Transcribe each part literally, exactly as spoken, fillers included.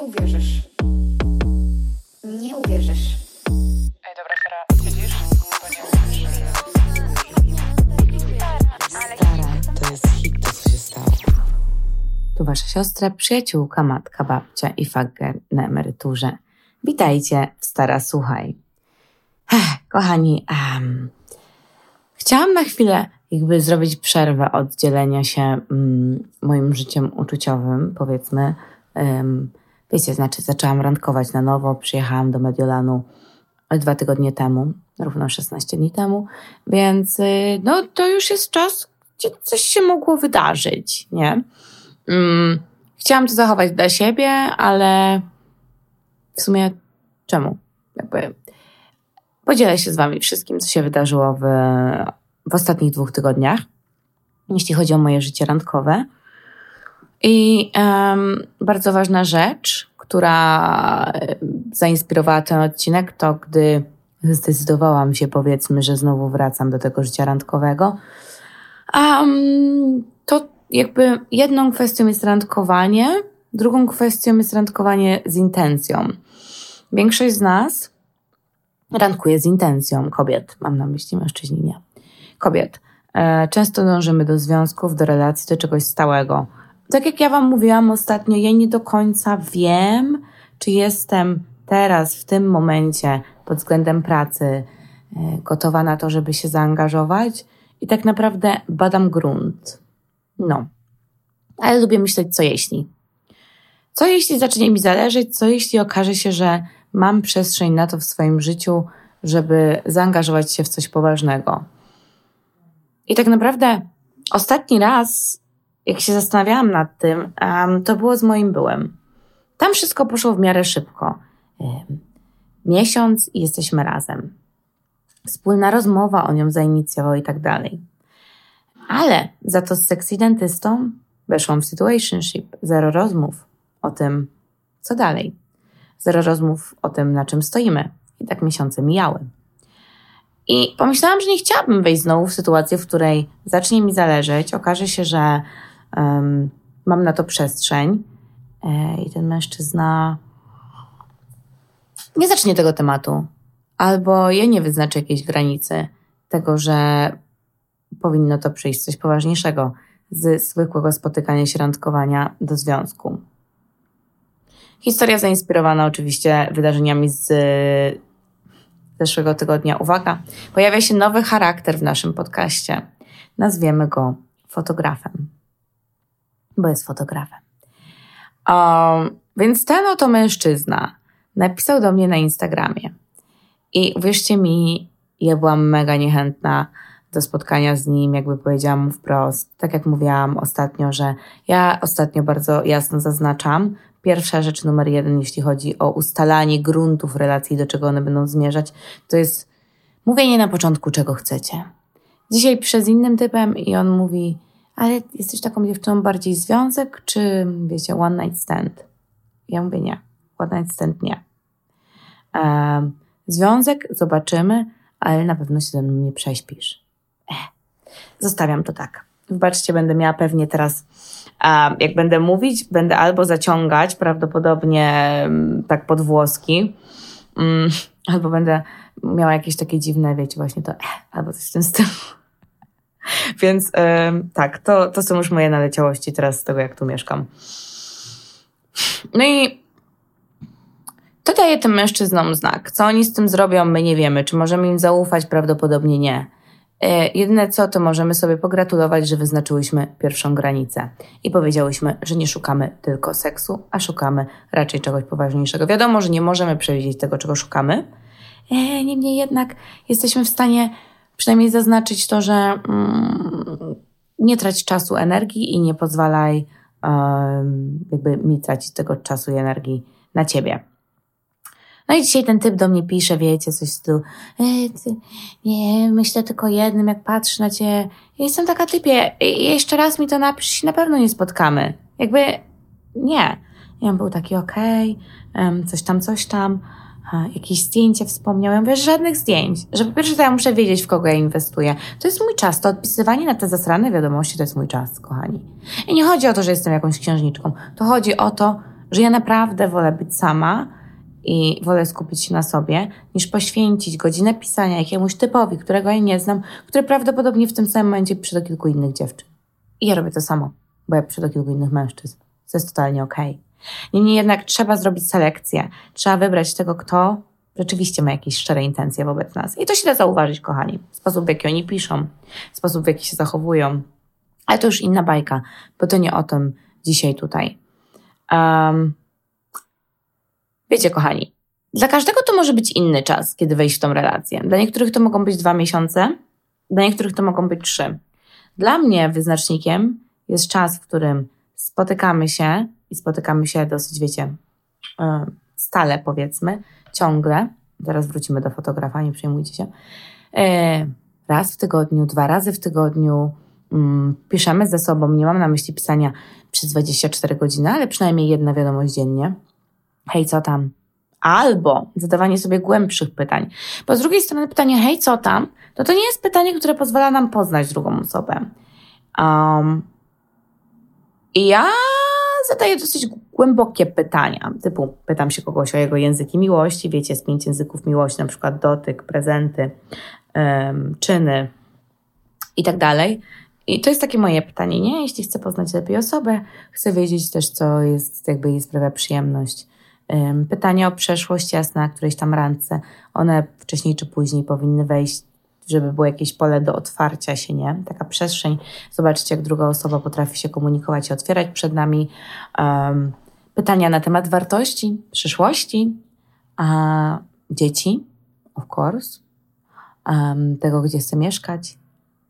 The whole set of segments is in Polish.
uwierzysz. Nie uwierzysz. Ej, dobra, Sara, siedzisz? Bo nie Stara, to jest hit, to co się stało. Tu wasza siostra, przyjaciółka, matka, babcia i fager na emeryturze. Witajcie w Stara Słuchaj. Ech, kochani, um, chciałam na chwilę jakby zrobić przerwę od dzielenia się um, moim życiem uczuciowym, powiedzmy. Um, wiecie, znaczy zaczęłam randkować na nowo, przyjechałam do Mediolanu dwa tygodnie temu, równo szesnaście dni temu, więc yy, no to już jest czas, gdzie coś się mogło wydarzyć, nie? Um, chciałam to zachować dla siebie, ale w sumie czemu? Jakby podzielę się z wami wszystkim, co się wydarzyło w, w ostatnich dwóch tygodniach, jeśli chodzi o moje życie randkowe. I um, bardzo ważna rzecz, która zainspirowała ten odcinek, to gdy zdecydowałam się, powiedzmy, że znowu wracam do tego życia randkowego. Um, to jakby jedną kwestią jest randkowanie, drugą kwestią jest randkowanie z intencją. Większość z nas randkuje z intencją, kobiet, mam na myśli, mężczyźni nie. Kobiet. E, często dążymy do związków, do relacji, do czegoś stałego. Tak jak ja wam mówiłam ostatnio, ja nie do końca wiem, czy jestem teraz, w tym momencie, pod względem pracy, e, gotowa na to, żeby się zaangażować i tak naprawdę badam grunt. No. Ale lubię myśleć, co jeśli. Co jeśli zacznie mi zależeć, co jeśli okaże się, że mam przestrzeń na to w swoim życiu, żeby zaangażować się w coś poważnego. I tak naprawdę ostatni raz, jak się zastanawiałam nad tym, um, to było z moim byłym. Tam wszystko poszło w miarę szybko. Um, miesiąc i jesteśmy razem. Wspólna rozmowa, on ją zainicjował i tak dalej. Ale za to z sexy dentystą weszłam w situationship. Zero rozmów o tym, co dalej. Zero rozmów o tym, na czym stoimy. I tak miesiące mijały. I pomyślałam, że nie chciałabym wejść znowu w sytuację, w której zacznie mi zależeć, okaże się, że um, mam na to przestrzeń e, i ten mężczyzna nie zacznie tego tematu. Albo ja nie wyznaczę jakiejś granicy tego, że powinno to przyjść coś poważniejszego z zwykłego spotykania się, randkowania do związku. Historia zainspirowana oczywiście wydarzeniami z zeszłego tygodnia. Uwaga, pojawia się nowy charakter w naszym podcaście. Nazwiemy go fotografem. Bo jest fotografem. Um, więc ten oto mężczyzna napisał do mnie na Instagramie. I uwierzcie mi, ja byłam mega niechętna do spotkania z nim, jakby powiedziałam mu wprost. Tak jak mówiłam ostatnio, że ja ostatnio bardzo jasno zaznaczam, pierwsza rzecz numer jeden, jeśli chodzi o ustalanie gruntów relacji, do czego one będą zmierzać, to jest mówienie na początku, czego chcecie. Dzisiaj piszę z innym typem i on mówi, ale jesteś taką dziewczyną bardziej związek, czy wiecie, one night stand? Ja mówię nie, one night stand nie. Um, związek zobaczymy, ale na pewno się ze mną nie prześpisz. Eh. Zostawiam to tak. Wybaczcie, będę miała pewnie teraz, um, jak będę mówić, będę albo zaciągać, prawdopodobnie um, tak pod włoski, um, albo będę miała jakieś takie dziwne, wiecie, właśnie to, eh, albo coś w tym stylu. Więc um, tak, to, to są już moje naleciałości teraz z tego, jak tu mieszkam. No i to daje tym mężczyznom znak. Co oni z tym zrobią, my nie wiemy. Czy możemy im zaufać? Prawdopodobnie nie. Jedyne co, to możemy sobie pogratulować, że wyznaczyłyśmy pierwszą granicę i powiedziałyśmy, że nie szukamy tylko seksu, a szukamy raczej czegoś poważniejszego. Wiadomo, że nie możemy przewidzieć tego, czego szukamy. Niemniej jednak jesteśmy w stanie przynajmniej zaznaczyć to, że mm, nie trać czasu, energii i nie pozwalaj um, jakby mi tracić tego czasu i energii na ciebie. No i dzisiaj ten typ do mnie pisze, wiecie, coś w stylu, e, ty, nie, myślę tylko jednym, jak patrzę na ciebie. Ja jestem taka typie, jeszcze raz mi to napisz, na pewno nie spotkamy. Jakby nie. Ja był taki okej, okay, coś tam, coś tam, jakieś zdjęcie wspomniał. Ja mówię, żadnych zdjęć. Że po pierwsze to ja muszę wiedzieć, w kogo ja inwestuję. To jest mój czas, to odpisywanie na te zasrane wiadomości to jest mój czas, kochani. I nie chodzi o to, że jestem jakąś księżniczką. To chodzi o to, że ja naprawdę wolę być sama i wolę skupić się na sobie, niż poświęcić godzinę pisania jakiemuś typowi, którego ja nie znam, który prawdopodobnie w tym samym momencie pisze do kilku innych dziewczyn. I ja robię to samo, bo ja piszę do kilku innych mężczyzn. To jest totalnie okej. Okay. Niemniej jednak trzeba zrobić selekcję. Trzeba wybrać tego, kto rzeczywiście ma jakieś szczere intencje wobec nas. I to się da zauważyć, kochani. Sposób, w jaki oni piszą, sposób, w jaki się zachowują. Ale to już inna bajka, bo to nie o tym dzisiaj tutaj. Um, wiecie, kochani, dla każdego to może być inny czas, kiedy wejść w tą relację. Dla niektórych to mogą być dwa miesiące, dla niektórych to mogą być trzy. Dla mnie wyznacznikiem jest czas, w którym spotykamy się i spotykamy się dosyć, wiecie, stale powiedzmy, ciągle. Zaraz wrócimy do fotografa, nie przejmujcie się. Raz w tygodniu, dwa razy w tygodniu piszemy ze sobą. Nie mam na myśli pisania przez dwadzieścia cztery godziny, ale przynajmniej jedna wiadomość dziennie. Hej, co tam? Albo zadawanie sobie głębszych pytań. Bo z drugiej strony pytanie hej, co tam? To to nie jest pytanie, które pozwala nam poznać drugą osobę. Um, I ja zadaję dosyć głębokie pytania. Typu pytam się kogoś o jego języki miłości. Wiecie, z pięć języków miłości, na przykład dotyk, prezenty, um, czyny i tak dalej. I to jest takie moje pytanie, nie? Jeśli chcę poznać lepiej osobę, chcę wiedzieć też, co jest, jakby jej sprawia przyjemność. Um, pytania o przeszłość, jasne, na którejś tam randce. One wcześniej czy później powinny wejść, żeby było jakieś pole do otwarcia się, nie? Taka przestrzeń. Zobaczcie, jak druga osoba potrafi się komunikować i otwierać przed nami. Um, pytania na temat wartości, przyszłości, a dzieci, of course, um, tego, gdzie chcę mieszkać.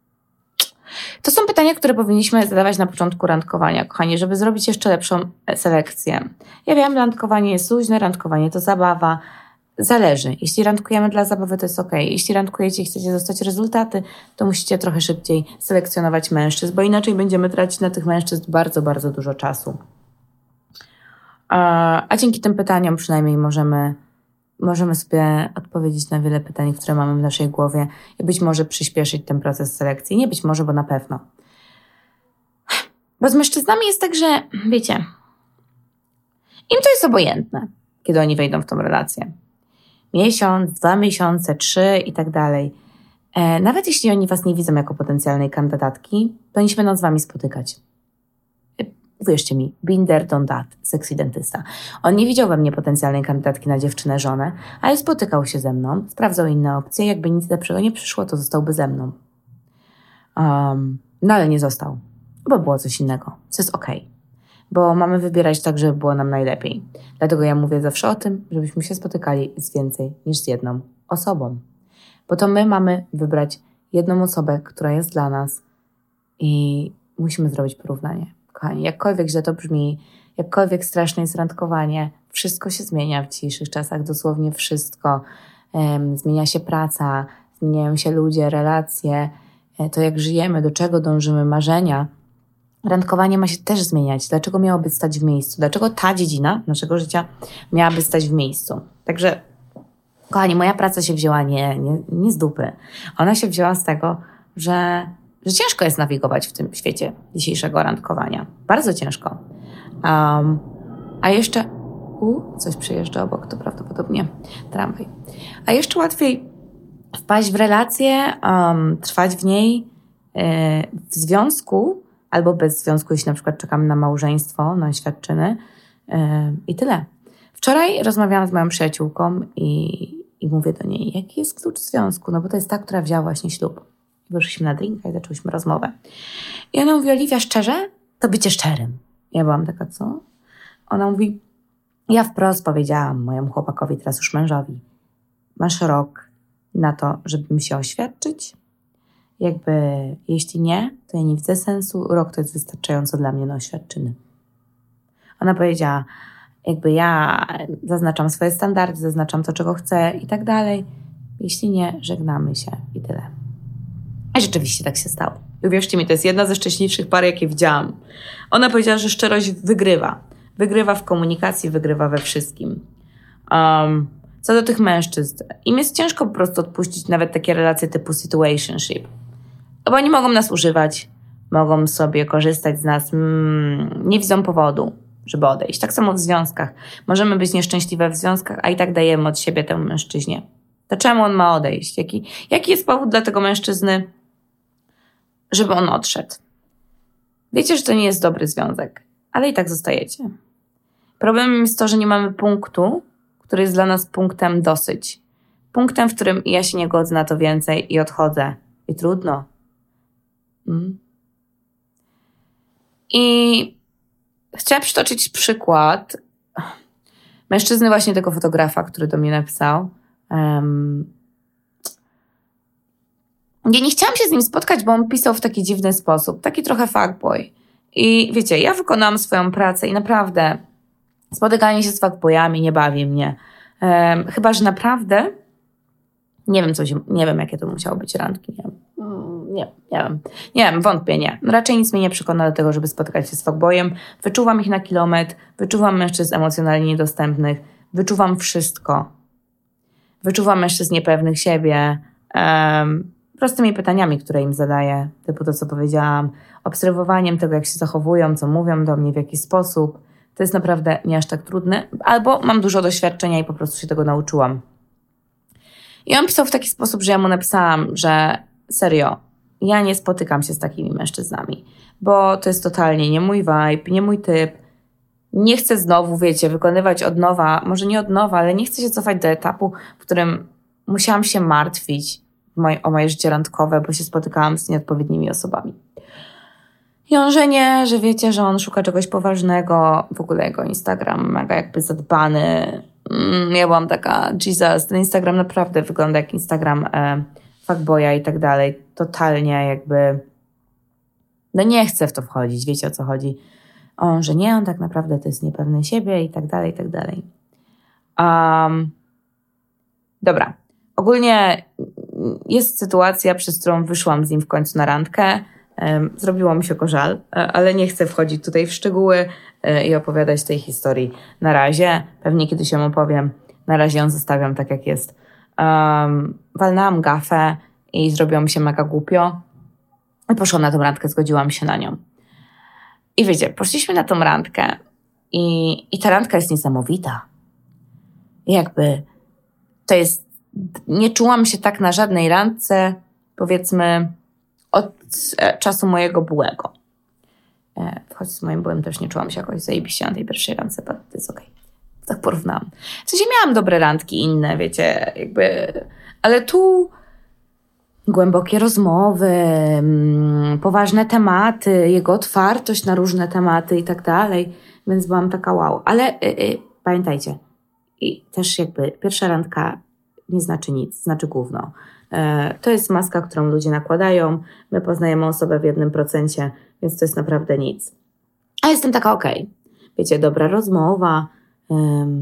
To są pytania, które powinniśmy zadawać na początku randkowania, kochani, żeby zrobić jeszcze lepszą selekcję. Ja wiem, randkowanie jest luźne, randkowanie to zabawa. Zależy. Jeśli randkujemy dla zabawy, to jest okej. Jeśli randkujecie i chcecie dostać rezultaty, to musicie trochę szybciej selekcjonować mężczyzn, bo inaczej będziemy tracić na tych mężczyzn bardzo, bardzo dużo czasu. A, a dzięki tym pytaniom przynajmniej możemy, możemy sobie odpowiedzieć na wiele pytań, które mamy w naszej głowie i być może przyspieszyć ten proces selekcji. Nie być może, bo na pewno. Bo z mężczyznami jest tak, że wiecie, im to jest obojętne, kiedy oni wejdą w tą relację. Miesiąc, dwa miesiące, trzy i tak dalej. E, nawet jeśli oni was nie widzą jako potencjalnej kandydatki, to oni się będą z wami spotykać. E, uwierzcie mi, been there, done that, sexy dentysta. On nie widział we mnie potencjalnej kandydatki na dziewczynę, żonę, ale spotykał się ze mną, sprawdzał inne opcje, jakby nic lepszego nie przyszło, to zostałby ze mną. Um, no ale nie został, bo było coś innego, co jest okej. Okay. Bo mamy wybierać tak, żeby było nam najlepiej. Dlatego ja mówię zawsze o tym, żebyśmy się spotykali z więcej niż z jedną osobą. Bo to my mamy wybrać jedną osobę, która jest dla nas i musimy zrobić porównanie. Kochani, jakkolwiek źle to brzmi, jakkolwiek straszne jest randkowanie, wszystko się zmienia w dzisiejszych czasach, dosłownie wszystko. Um, zmienia się praca, zmieniają się ludzie, relacje, to jak żyjemy, do czego dążymy, marzenia. Randkowanie ma się też zmieniać. Dlaczego miałoby stać w miejscu? Dlaczego ta dziedzina naszego życia miałaby stać w miejscu? Także, kochani, moja praca się wzięła nie, nie, nie z dupy. Ona się wzięła z tego, że, że ciężko jest nawigować w tym świecie dzisiejszego randkowania. Bardzo ciężko. Um, a jeszcze... U, coś przejeżdża obok, to prawdopodobnie tramwaj. A jeszcze łatwiej wpaść w relację, um, trwać w niej, yy, w związku, albo bez związku, jeśli na przykład czekamy na małżeństwo, na oświadczyny yy, i tyle. Wczoraj rozmawiałam z moją przyjaciółką i, i mówię do niej, jaki jest klucz związku, no bo to jest ta, która wzięła właśnie ślub. Wyszliśmy na drinka i zaczęłyśmy rozmowę. I ona mówi, Oliwia, szczerze? To bycie szczerym. Ja byłam taka, co? Ona mówi, ja wprost powiedziałam mojemu chłopakowi, teraz już mężowi, masz rok na to, żeby mi się oświadczyć. Jakby, jeśli nie, to ja nie widzę sensu. Rok to jest wystarczająco dla mnie na oświadczyny. Ona powiedziała, jakby ja zaznaczam swoje standardy, zaznaczam to, czego chcę i tak dalej. Jeśli nie, żegnamy się i tyle. I rzeczywiście tak się stało. I uwierzcie mi, to jest jedna ze szczęśliwszych par, jakie widziałam. Ona powiedziała, że szczerość wygrywa. Wygrywa w komunikacji, wygrywa we wszystkim. Um, co do tych mężczyzn, im jest ciężko po prostu odpuścić nawet takie relacje typu situationship. Bo oni mogą nas używać, mogą sobie korzystać z nas, mm, nie widzą powodu, żeby odejść. Tak samo w związkach. Możemy być nieszczęśliwe w związkach, a i tak dajemy od siebie temu mężczyźnie. To czemu on ma odejść? Jaki, jaki jest powód dla tego mężczyzny, żeby on odszedł? Wiecie, że to nie jest dobry związek, ale i tak zostajecie. Problemem jest to, że nie mamy punktu, który jest dla nas punktem dosyć. Punktem, w którym ja się nie godzę na to więcej i odchodzę. I trudno. Mm. I chciałam przytoczyć przykład mężczyzny właśnie tego fotografa, który do mnie napisał. Um, ja nie chciałam się z nim spotkać, bo on pisał w taki dziwny sposób. Taki trochę fuckboy. I wiecie, ja wykonałam swoją pracę i naprawdę spotykanie się z fuckboyami nie bawi mnie. Um, chyba, że naprawdę nie wiem, co się, nie wiem, jakie to musiało być randki. Nie, nie, nie wiem. Nie wiem, wątpię, nie. Raczej nic mnie nie przekona do tego, żeby spotykać się z fuckboyem. Wyczuwam ich na kilometr, wyczuwam mężczyzn emocjonalnie niedostępnych, wyczuwam wszystko. Wyczuwam mężczyzn niepewnych siebie, um, prostymi pytaniami, które im zadaję, typu to, co powiedziałam, obserwowaniem tego, jak się zachowują, co mówią do mnie, w jaki sposób. To jest naprawdę nie aż tak trudne. Albo mam dużo doświadczenia i po prostu się tego nauczyłam. I on pisał w taki sposób, że ja mu napisałam, że serio, ja nie spotykam się z takimi mężczyznami, bo to jest totalnie nie mój vibe, nie mój typ. Nie chcę znowu, wiecie, wykonywać od nowa, może nie od nowa, ale nie chcę się cofać do etapu, w którym musiałam się martwić moj, o moje życie randkowe, bo się spotykałam z nieodpowiednimi osobami. I on, że nie, że wiecie, że on szuka czegoś poważnego, w ogóle jego Instagram mega jakby zadbany. Ja byłam taka, Jesus, ten Instagram naprawdę wygląda jak Instagram e, fuckboya i tak dalej. Totalnie jakby, no nie chcę w to wchodzić, wiecie o co chodzi. On, że nie, on tak naprawdę to jest niepewny siebie i tak dalej, i tak dalej. Um, dobra. Ogólnie jest sytuacja, przez którą wyszłam z nim w końcu na randkę. Um, zrobiło mi się go żal, ale nie chcę wchodzić tutaj w szczegóły um, i opowiadać tej historii na razie. Pewnie kiedyś ją opowiem. Na razie ją zostawiam tak, jak jest. Um, walnęłam gafę i zrobiło mi się mega głupio. I poszłam na tą randkę, zgodziłam się na nią. I wiecie, poszliśmy na tą randkę i, i ta randka jest niesamowita. I jakby to jest, nie czułam się tak na żadnej randce, powiedzmy, od e, czasu mojego byłego. E, choć z moim byłym też nie czułam się jakoś zajebiście na tej pierwszej randce, to jest okej. Okay. Tak porównałam. W sensie miałam dobre randki inne, wiecie, jakby, ale tu głębokie rozmowy, poważne tematy, jego otwartość na różne tematy i tak dalej, więc byłam taka wow. Ale y, y, pamiętajcie, i też jakby pierwsza randka nie znaczy nic, znaczy gówno. E, to jest maska, którą ludzie nakładają, my poznajemy osobę w jednym procencie, więc to jest naprawdę nic. A jestem taka okej. Okay. Wiecie, dobra rozmowa, ym,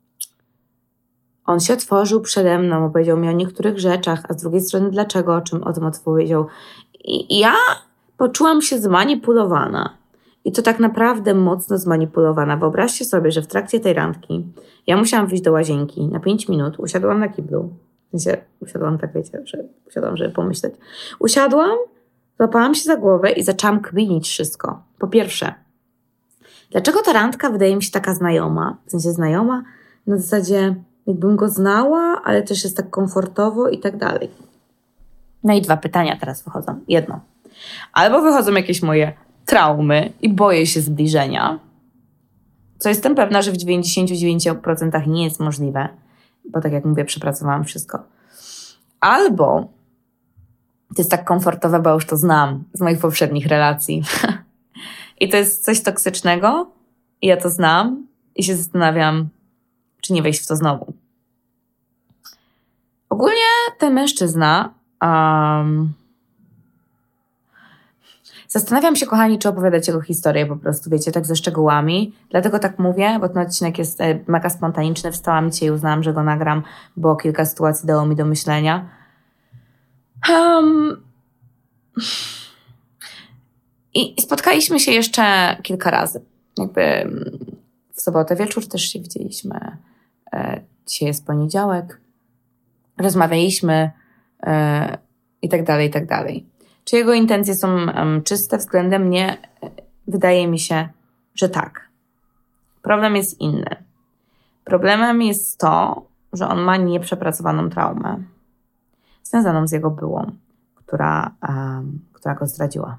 on się otworzył przede mną, opowiedział mi o niektórych rzeczach, a z drugiej strony dlaczego, o czym o tym odpowiedział. I ja poczułam się zmanipulowana. I to tak naprawdę mocno zmanipulowana. Wyobraźcie sobie, że w trakcie tej randki ja musiałam wyjść do łazienki na pięć minut, usiadłam na kiblu. W sensie, usiadłam tak, wiecie, że usiadłam, żeby pomyśleć. Usiadłam, złapałam się za głowę i zaczęłam kminić wszystko. Po pierwsze, dlaczego ta randka wydaje mi się taka znajoma? W sensie znajoma na zasadzie jakbym go znała, ale też jest tak komfortowo i tak dalej. No i dwa pytania teraz wychodzą. Jedno. Albo wychodzą jakieś moje traumy i boję się zbliżenia, co jestem pewna, że w dziewięćdziesiąt dziewięć procent nie jest możliwe, bo tak jak mówię, przepracowałam wszystko. Albo to jest tak komfortowe, bo już to znam z moich poprzednich relacji. I to jest coś toksycznego i ja to znam i się zastanawiam, czy nie wejść w to znowu. Ogólnie ten mężczyzna... Um, zastanawiam się, kochani, czy opowiadać jego historię po prostu, wiecie, tak ze szczegółami. Dlatego tak mówię, bo ten odcinek jest mega spontaniczny. Wstałam dzisiaj i uznałam, że go nagram, bo kilka sytuacji dało mi do myślenia. Um, I spotkaliśmy się jeszcze kilka razy. Jakby w sobotę wieczór też się widzieliśmy. Dzisiaj jest poniedziałek. Rozmawialiśmy yy, i tak dalej, i tak dalej. Czy jego intencje są um, czyste względem mnie? Wydaje mi się, że tak. Problem jest inny. Problemem jest to, że on ma nieprzepracowaną traumę związaną z jego byłą, która, um, która go zdradziła.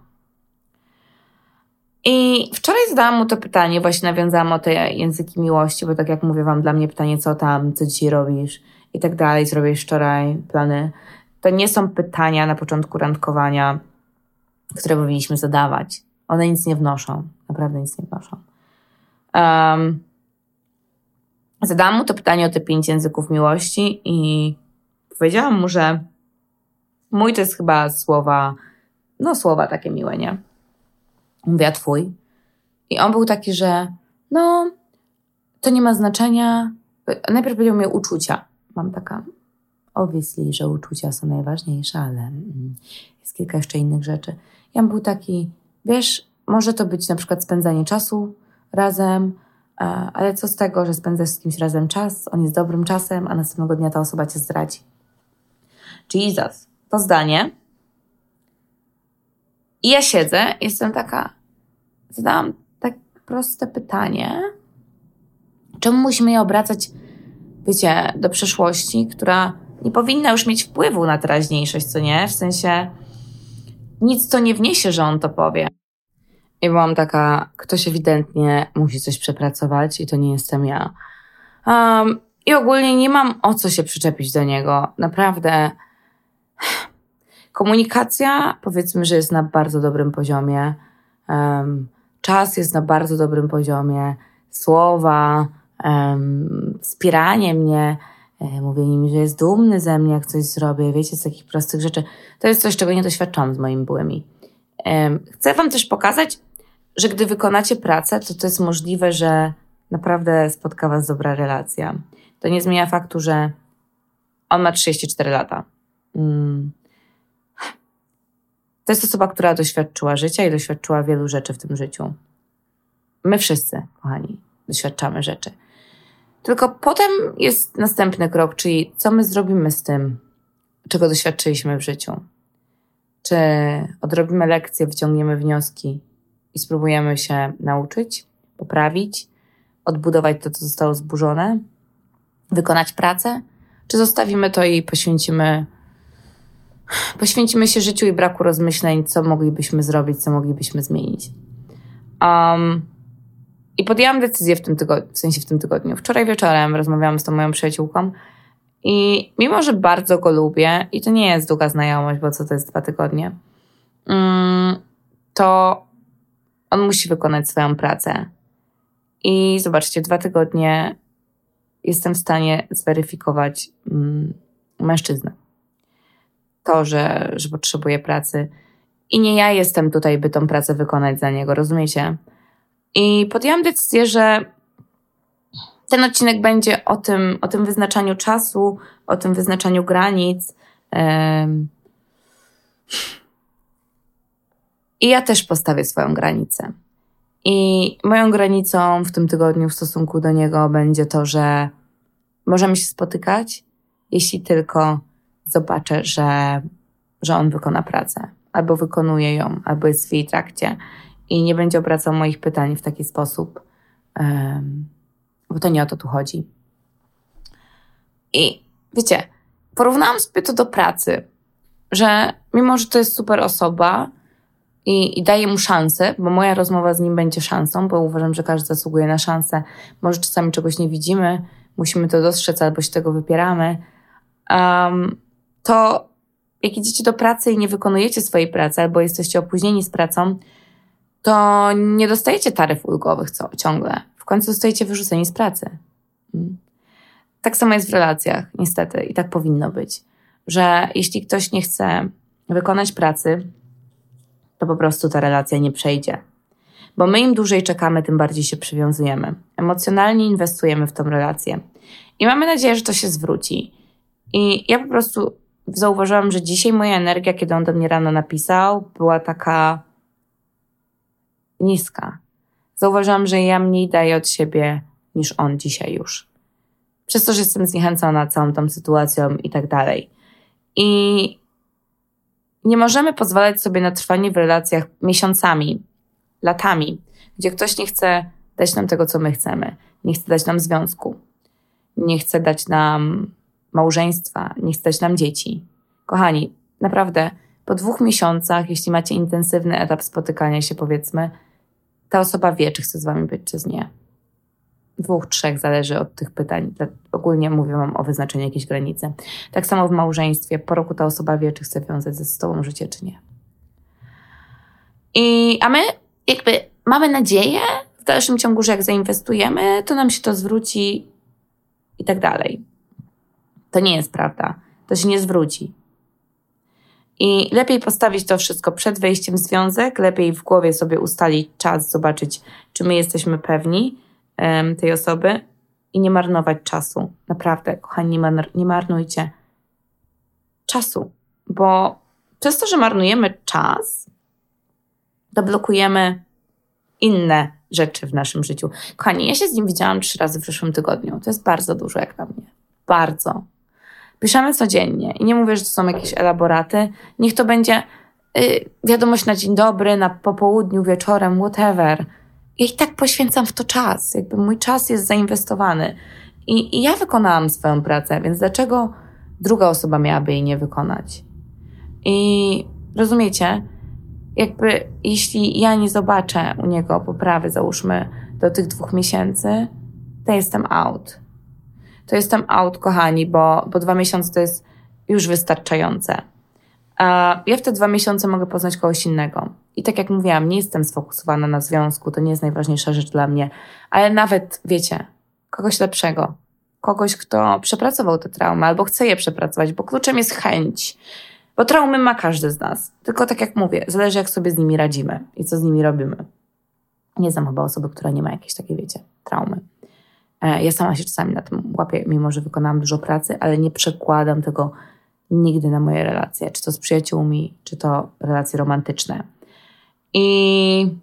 I wczoraj zadałam mu to pytanie, właśnie nawiązałam o te języki miłości, bo tak jak mówię wam, dla mnie pytanie, co tam, co dzisiaj robisz i tak dalej, co robisz wczoraj, plany. To nie są pytania na początku randkowania, które powinniśmy zadawać. One nic nie wnoszą. Naprawdę nic nie wnoszą. Um, zadałam mu to pytanie o te pięć języków miłości i powiedziałam mu, że mój to jest chyba słowa, no słowa takie miłe, nie? Mówię, a twój? I on był taki, że no, to nie ma znaczenia. Najpierw powiedział mi uczucia. Mam taka, obviously, że uczucia są najważniejsze, ale jest kilka jeszcze innych rzeczy. I on był taki, wiesz, może to być na przykład spędzanie czasu razem, ale co z tego, że spędzasz z kimś razem czas, on jest dobrym czasem, a następnego dnia ta osoba cię zdradzi. Jesus. To zdanie. I ja siedzę, jestem taka, zadałam tak proste pytanie, czemu musimy je obracać, wiecie, do przeszłości, która nie powinna już mieć wpływu na teraźniejszość, co nie? W sensie nic to nie wniesie, że on to powie. I byłam taka, ktoś ewidentnie musi coś przepracować i to nie jestem ja. Um, I ogólnie nie mam o co się przyczepić do niego. Naprawdę. Komunikacja, powiedzmy, że jest na bardzo dobrym poziomie. Um, czas jest na bardzo dobrym poziomie. Słowa, um, wspieranie mnie, um, mówienie mi, że jest dumny ze mnie, jak coś zrobię. Wiecie, z takich prostych rzeczy. To jest coś, czego nie doświadczałam z moimi byłymi. Um, chcę wam też pokazać, że gdy wykonacie pracę, to to jest możliwe, że naprawdę spotka was dobra relacja. To nie zmienia faktu, że on ma trzydzieści cztery lata. Um, To jest osoba, która doświadczyła życia i doświadczyła wielu rzeczy w tym życiu. My wszyscy, kochani, doświadczamy rzeczy. Tylko potem jest następny krok, czyli co my zrobimy z tym, czego doświadczyliśmy w życiu. Czy odrobimy lekcje, wyciągniemy wnioski i spróbujemy się nauczyć, poprawić, odbudować to, co zostało zburzone, wykonać pracę, czy zostawimy to i poświęcimy Poświęcimy się życiu i braku rozmyśleń, co moglibyśmy zrobić, co moglibyśmy zmienić. Um, I podjęłam decyzję w tym tygodniu, w sensie w tym tygodniu. Wczoraj wieczorem rozmawiałam z tą moją przyjaciółką i mimo, że bardzo go lubię i to nie jest długa znajomość, bo co to jest dwa tygodnie, um, to on musi wykonać swoją pracę. I zobaczcie, dwa tygodnie jestem w stanie zweryfikować um, mężczyznę. To, że, że potrzebuje pracy. I nie ja jestem tutaj, by tą pracę wykonać za niego, rozumiecie? I podjęłam decyzję, że ten odcinek będzie o tym, o tym wyznaczaniu czasu, o tym wyznaczaniu granic. Um, I ja też postawię swoją granicę. I moją granicą w tym tygodniu w stosunku do niego będzie to, że możemy się spotykać, jeśli tylko zobaczę, że, że on wykona pracę. Albo wykonuje ją, albo jest w jej trakcie. I nie będzie obracał moich pytań w taki sposób, um, bo to nie o to tu chodzi. I wiecie, porównałam sobie to do pracy, że mimo, że to jest super osoba i, i daję mu szansę, bo moja rozmowa z nim będzie szansą, bo uważam, że każdy zasługuje na szansę. Może czasami czegoś nie widzimy, musimy to dostrzec albo się tego wypieramy. Um, to jak idziecie do pracy i nie wykonujecie swojej pracy albo jesteście opóźnieni z pracą, to nie dostajecie taryf ulgowych co, ciągle. W końcu zostajecie wyrzuceni z pracy. Hmm. Tak samo jest w relacjach, niestety. I tak powinno być. Że jeśli ktoś nie chce wykonać pracy, to po prostu ta relacja nie przejdzie. Bo my im dłużej czekamy, tym bardziej się przywiązujemy. Emocjonalnie inwestujemy w tą relację. I mamy nadzieję, że to się zwróci. I ja po prostu zauważyłam, że dzisiaj moja energia, kiedy on do mnie rano napisał, była taka niska. Zauważyłam, że ja mniej daję od siebie niż on dzisiaj już. Przez to, że jestem zniechęcona całą tą sytuacją i tak dalej. I nie możemy pozwalać sobie na trwanie w relacjach miesiącami, latami, gdzie ktoś nie chce dać nam tego, co my chcemy. Nie chce dać nam związku. Nie chce dać nam małżeństwa. Nie chce dać nam dzieci. Kochani, naprawdę, po dwóch miesiącach, jeśli macie intensywny etap spotykania się, powiedzmy, ta osoba wie, czy chce z wami być, czy nie. Dwóch, trzech, zależy od tych pytań. Ogólnie mówię wam o wyznaczeniu jakiejś granicy. Tak samo w małżeństwie. Po roku ta osoba wie, czy chce wiązać ze sobą życie, czy nie. I, a my jakby mamy nadzieję w dalszym ciągu, że jak zainwestujemy, to nam się to zwróci i tak dalej. To nie jest prawda. To się nie zwróci. I lepiej postawić to wszystko przed wejściem w związek, lepiej w głowie sobie ustalić czas, zobaczyć, czy my jesteśmy pewni um, tej osoby i nie marnować czasu. Naprawdę, kochani, nie, mar- nie marnujcie czasu, bo przez to, że marnujemy czas, to blokujemy inne rzeczy w naszym życiu. Kochani, ja się z nim widziałam trzy razy w przyszłym tygodniu. To jest bardzo dużo jak na mnie. Bardzo. Piszemy codziennie i nie mówię, że to są jakieś elaboraty. Niech to będzie yy, wiadomość na dzień dobry, na popołudniu, wieczorem, whatever. Ja i tak poświęcam w to czas. Jakby mój czas jest zainwestowany. I, i ja wykonałam swoją pracę, więc dlaczego druga osoba miałaby jej nie wykonać? I rozumiecie? Jakby jeśli ja nie zobaczę u niego poprawy, załóżmy, do tych dwóch miesięcy, to jestem out. To jestem out, kochani, bo, bo dwa miesiące to jest już wystarczające. A ja w te dwa miesiące mogę poznać kogoś innego. I tak jak mówiłam, nie jestem sfokusowana na związku, to nie jest najważniejsza rzecz dla mnie, ale nawet, wiecie, kogoś lepszego. Kogoś, kto przepracował te traumy albo chce je przepracować, bo kluczem jest chęć. Bo traumy ma każdy z nas. Tylko tak jak mówię, zależy jak sobie z nimi radzimy i co z nimi robimy. Nie znam chyba osoby, która nie ma jakiejś takiej, wiecie, traumy. Ja sama się czasami na tym łapię, mimo że wykonałam dużo pracy, ale nie przekładam tego nigdy na moje relacje. Czy to z przyjaciółmi, czy to relacje romantyczne. I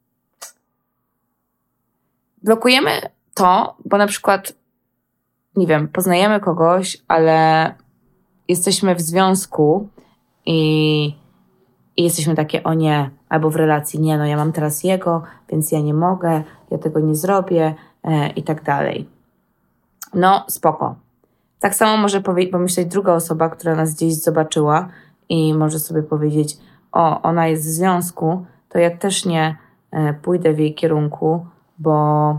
blokujemy to, bo na przykład, nie wiem, poznajemy kogoś, ale jesteśmy w związku i, i jesteśmy takie, o nie, albo w relacji, nie, no ja mam teraz jego, więc ja nie mogę, ja tego nie zrobię e, i tak dalej. No, spoko. Tak samo może powie- pomyśleć druga osoba, która nas gdzieś zobaczyła i może sobie powiedzieć, o, ona jest w związku, to ja też nie e, pójdę w jej kierunku, bo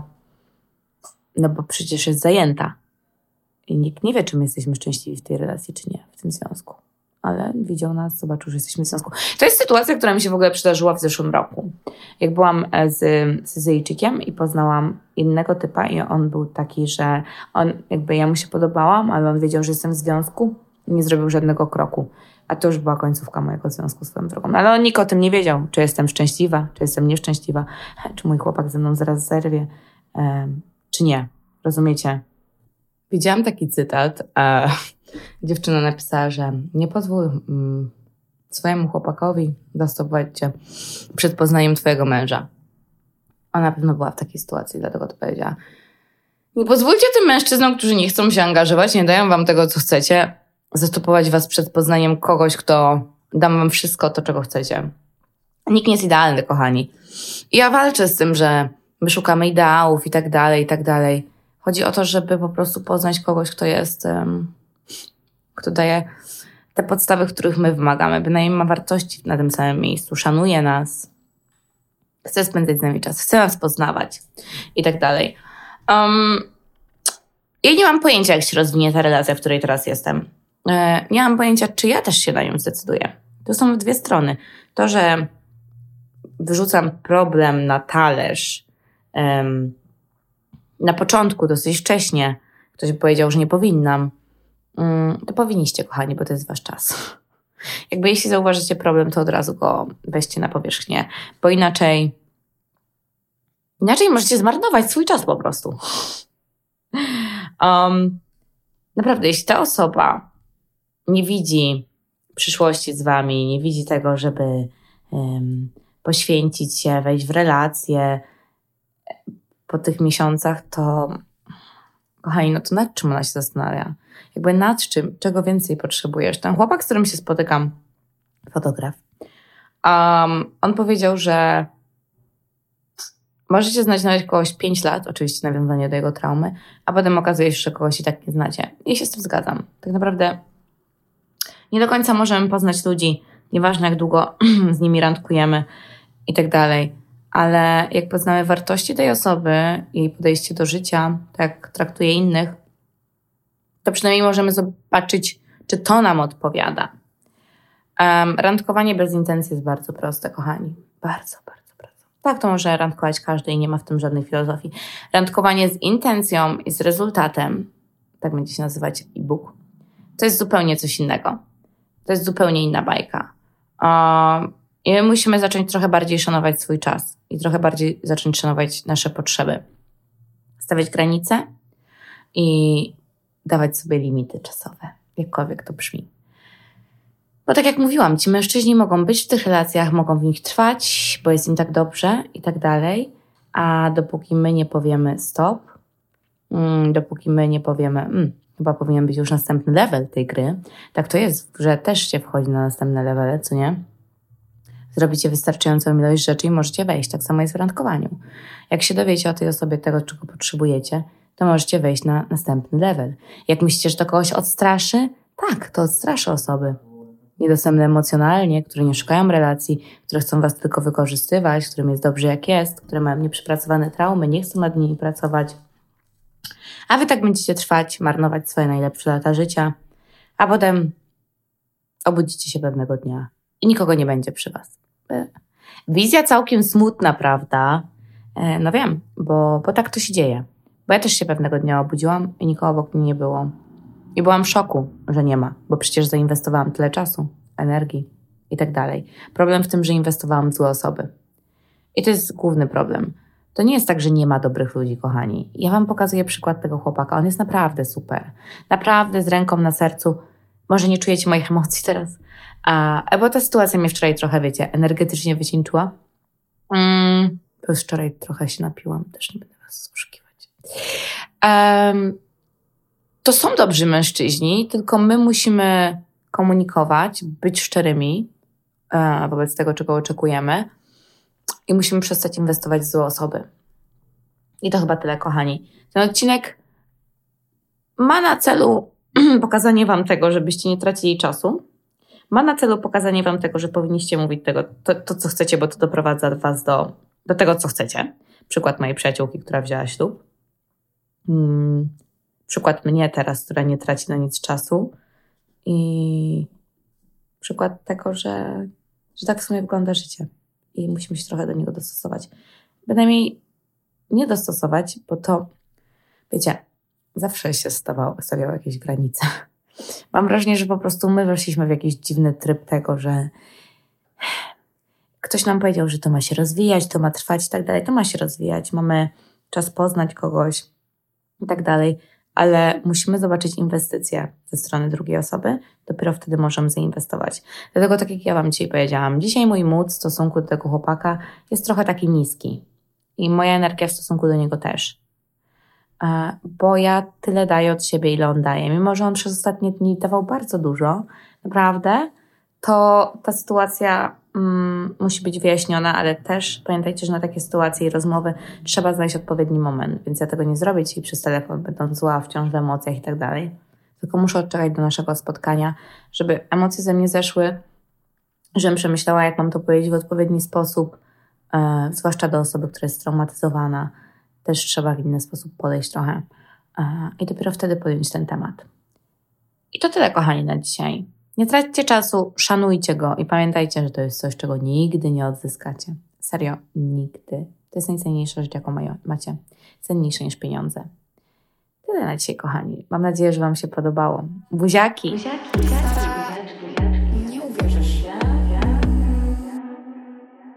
no bo przecież jest zajęta. I nikt nie wie, czy my jesteśmy szczęśliwi w tej relacji, czy nie, w tym związku. Ale widział nas, zobaczył, że jesteśmy w związku. To jest sytuacja, która mi się w ogóle przydarzyła w zeszłym roku. Jak byłam z Syzyjczykiem i poznałam innego typa i on był taki, że on, jakby ja mu się podobałam, ale on wiedział, że jestem w związku i nie zrobił żadnego kroku. A to już była końcówka mojego związku swoją drogą. Ale on nikt o tym nie wiedział, czy jestem szczęśliwa, czy jestem nieszczęśliwa, czy mój chłopak ze mną zaraz zerwie, czy nie. Rozumiecie? Widziałam taki cytat, a dziewczyna napisała, że nie pozwól mm, swojemu chłopakowi zastopować cię przed poznaniem twojego męża. Ona na pewno była w takiej sytuacji, dlatego to powiedziała. Nie pozwólcie tym mężczyznom, którzy nie chcą się angażować, nie dają wam tego, co chcecie, zastopować was przed poznaniem kogoś, kto da wam wszystko to, czego chcecie. Nikt nie jest idealny, kochani. I ja walczę z tym, że my szukamy ideałów i tak dalej, i tak dalej. Chodzi o to, żeby po prostu poznać kogoś, kto jest, um, kto daje te podstawy, których my wymagamy, bynajmniej ma wartości na tym samym miejscu, szanuje nas, chce spędzać z nami czas, chce nas poznawać i tak dalej. Um, ja nie mam pojęcia, jak się rozwinie ta relacja, w której teraz jestem. E, nie mam pojęcia, czy ja też się na nią zdecyduję. To są dwie strony. To, że wyrzucam problem na talerz, um, na początku, dosyć wcześnie, ktoś by powiedział, że nie powinnam, to powinniście, kochani, bo to jest wasz czas. Jakby jeśli zauważycie problem, to od razu go weźcie na powierzchnię, bo inaczej inaczej możecie zmarnować swój czas po prostu. Um, naprawdę, jeśli ta osoba nie widzi przyszłości z wami, nie widzi tego, żeby um, poświęcić się, wejść w relację, po tych miesiącach, to kochani, no to nad czym ona się zastanawia? Jakby nad czym? Czego więcej potrzebujesz? Ten chłopak, z którym się spotykam, fotograf, um, on powiedział, że Możecie znać nawet kogoś pięć lat, oczywiście nawiązanie do jego traumy, a potem okazuje się, że kogoś i tak nie znacie. I się z tym zgadzam. Tak naprawdę nie do końca możemy poznać ludzi, nieważne jak długo z nimi randkujemy i tak dalej, ale jak poznamy wartości tej osoby, jej podejście do życia, tak jak traktuje innych, to przynajmniej możemy zobaczyć, czy to nam odpowiada. Um, randkowanie bez intencji jest bardzo proste, kochani. Bardzo, bardzo, bardzo. Tak, to może randkować każdy i nie ma w tym żadnej filozofii. Randkowanie z intencją i z rezultatem, tak będzie się nazywać e-book, to jest zupełnie coś innego. To jest zupełnie inna bajka. Um, I my musimy zacząć trochę bardziej szanować swój czas i trochę bardziej zacząć szanować nasze potrzeby. Stawiać granice i dawać sobie limity czasowe, jakkolwiek to brzmi. Bo tak jak mówiłam, ci mężczyźni mogą być w tych relacjach, mogą w nich trwać, bo jest im tak dobrze i tak dalej, a dopóki my nie powiemy stop, mm, dopóki my nie powiemy, mm, chyba powinien być już następny level tej gry, tak to jest, że też się wchodzi na następne levele, co nie? Zrobicie wystarczającą ilość rzeczy i możecie wejść. Tak samo jest w randkowaniu. Jak się dowiecie o tej osobie tego, czego potrzebujecie, to możecie wejść na następny level. Jak myślicie, że to kogoś odstraszy? Tak, to odstraszy osoby niedostępne emocjonalnie, które nie szukają relacji, które chcą was tylko wykorzystywać, którym jest dobrze jak jest, które mają nieprzepracowane traumy, nie chcą nad nimi pracować. A wy tak będziecie trwać, marnować swoje najlepsze lata życia, a potem obudzicie się pewnego dnia i nikogo nie będzie przy was. Wizja całkiem smutna, prawda? No wiem, bo, bo tak to się dzieje. Bo ja też się pewnego dnia obudziłam i nikogo obok mnie nie było. I byłam w szoku, że nie ma, bo przecież zainwestowałam tyle czasu, energii i tak dalej. Problem w tym, że inwestowałam w złe osoby. I to jest główny problem. To nie jest tak, że nie ma dobrych ludzi, kochani. Ja wam pokazuję przykład tego chłopaka. On jest naprawdę super. Naprawdę z ręką na sercu. Może nie czujecie moich emocji teraz. A, bo ta sytuacja mnie wczoraj trochę, wiecie, energetycznie wycieńczyła. Mm, bo już wczoraj trochę się napiłam. Też nie będę was oszukiwać. Um, To są dobrzy mężczyźni, tylko my musimy komunikować, być szczerymi e, wobec tego, czego oczekujemy i musimy przestać inwestować w złe osoby. I to chyba tyle, kochani. Ten odcinek ma na celu pokazanie wam tego, żebyście nie tracili czasu. Ma na celu pokazanie wam tego, że powinniście mówić tego, to, to co chcecie, bo to doprowadza was do, do tego, co chcecie. Przykład mojej przyjaciółki, która wzięła ślub. Hmm. Przykład mnie teraz, która nie traci na nic czasu i przykład tego, że, że tak w sumie wygląda życie i musimy się trochę do niego dostosować. Bynajmniej nie dostosować, bo to, wiecie, zawsze się stawało, stawiało jakieś granice. Mam wrażenie, że po prostu my weszliśmy w jakiś dziwny tryb tego, że ktoś nam powiedział, że to ma się rozwijać, to ma trwać i tak dalej. To ma się rozwijać, mamy czas poznać kogoś i tak dalej. Ale musimy zobaczyć inwestycje ze strony drugiej osoby, dopiero wtedy możemy zainwestować. Dlatego tak jak ja wam dzisiaj powiedziałam, dzisiaj mój mood w stosunku do tego chłopaka jest trochę taki niski i moja energia w stosunku do niego też. Bo ja tyle daję od siebie, ile on daje. Mimo że on przez ostatnie dni dawał bardzo dużo, naprawdę, to ta sytuacja mm, musi być wyjaśniona, ale też pamiętajcie, że na takie sytuacje i rozmowy trzeba znaleźć odpowiedni moment, więc ja tego nie zrobię dzisiaj przez telefon, będąc zła, wciąż w emocjach i tak dalej. Tylko muszę odczekać do naszego spotkania, żeby emocje ze mnie zeszły, żebym przemyślała, jak mam to powiedzieć w odpowiedni sposób, e, zwłaszcza do osoby, która jest straumatyzowana. Też trzeba w inny sposób podejść trochę e, i dopiero wtedy podjąć ten temat. I to tyle, kochani, na dzisiaj. Nie traćcie czasu, szanujcie go i pamiętajcie, że to jest coś, czego nigdy nie odzyskacie. Serio, nigdy. To jest najcenniejsza rzecz, jaką macie. Cenniejsze niż pieniądze. Tyle na dzisiaj, kochani. Mam nadzieję, że wam się podobało. Buziaki! Buziaki, tak?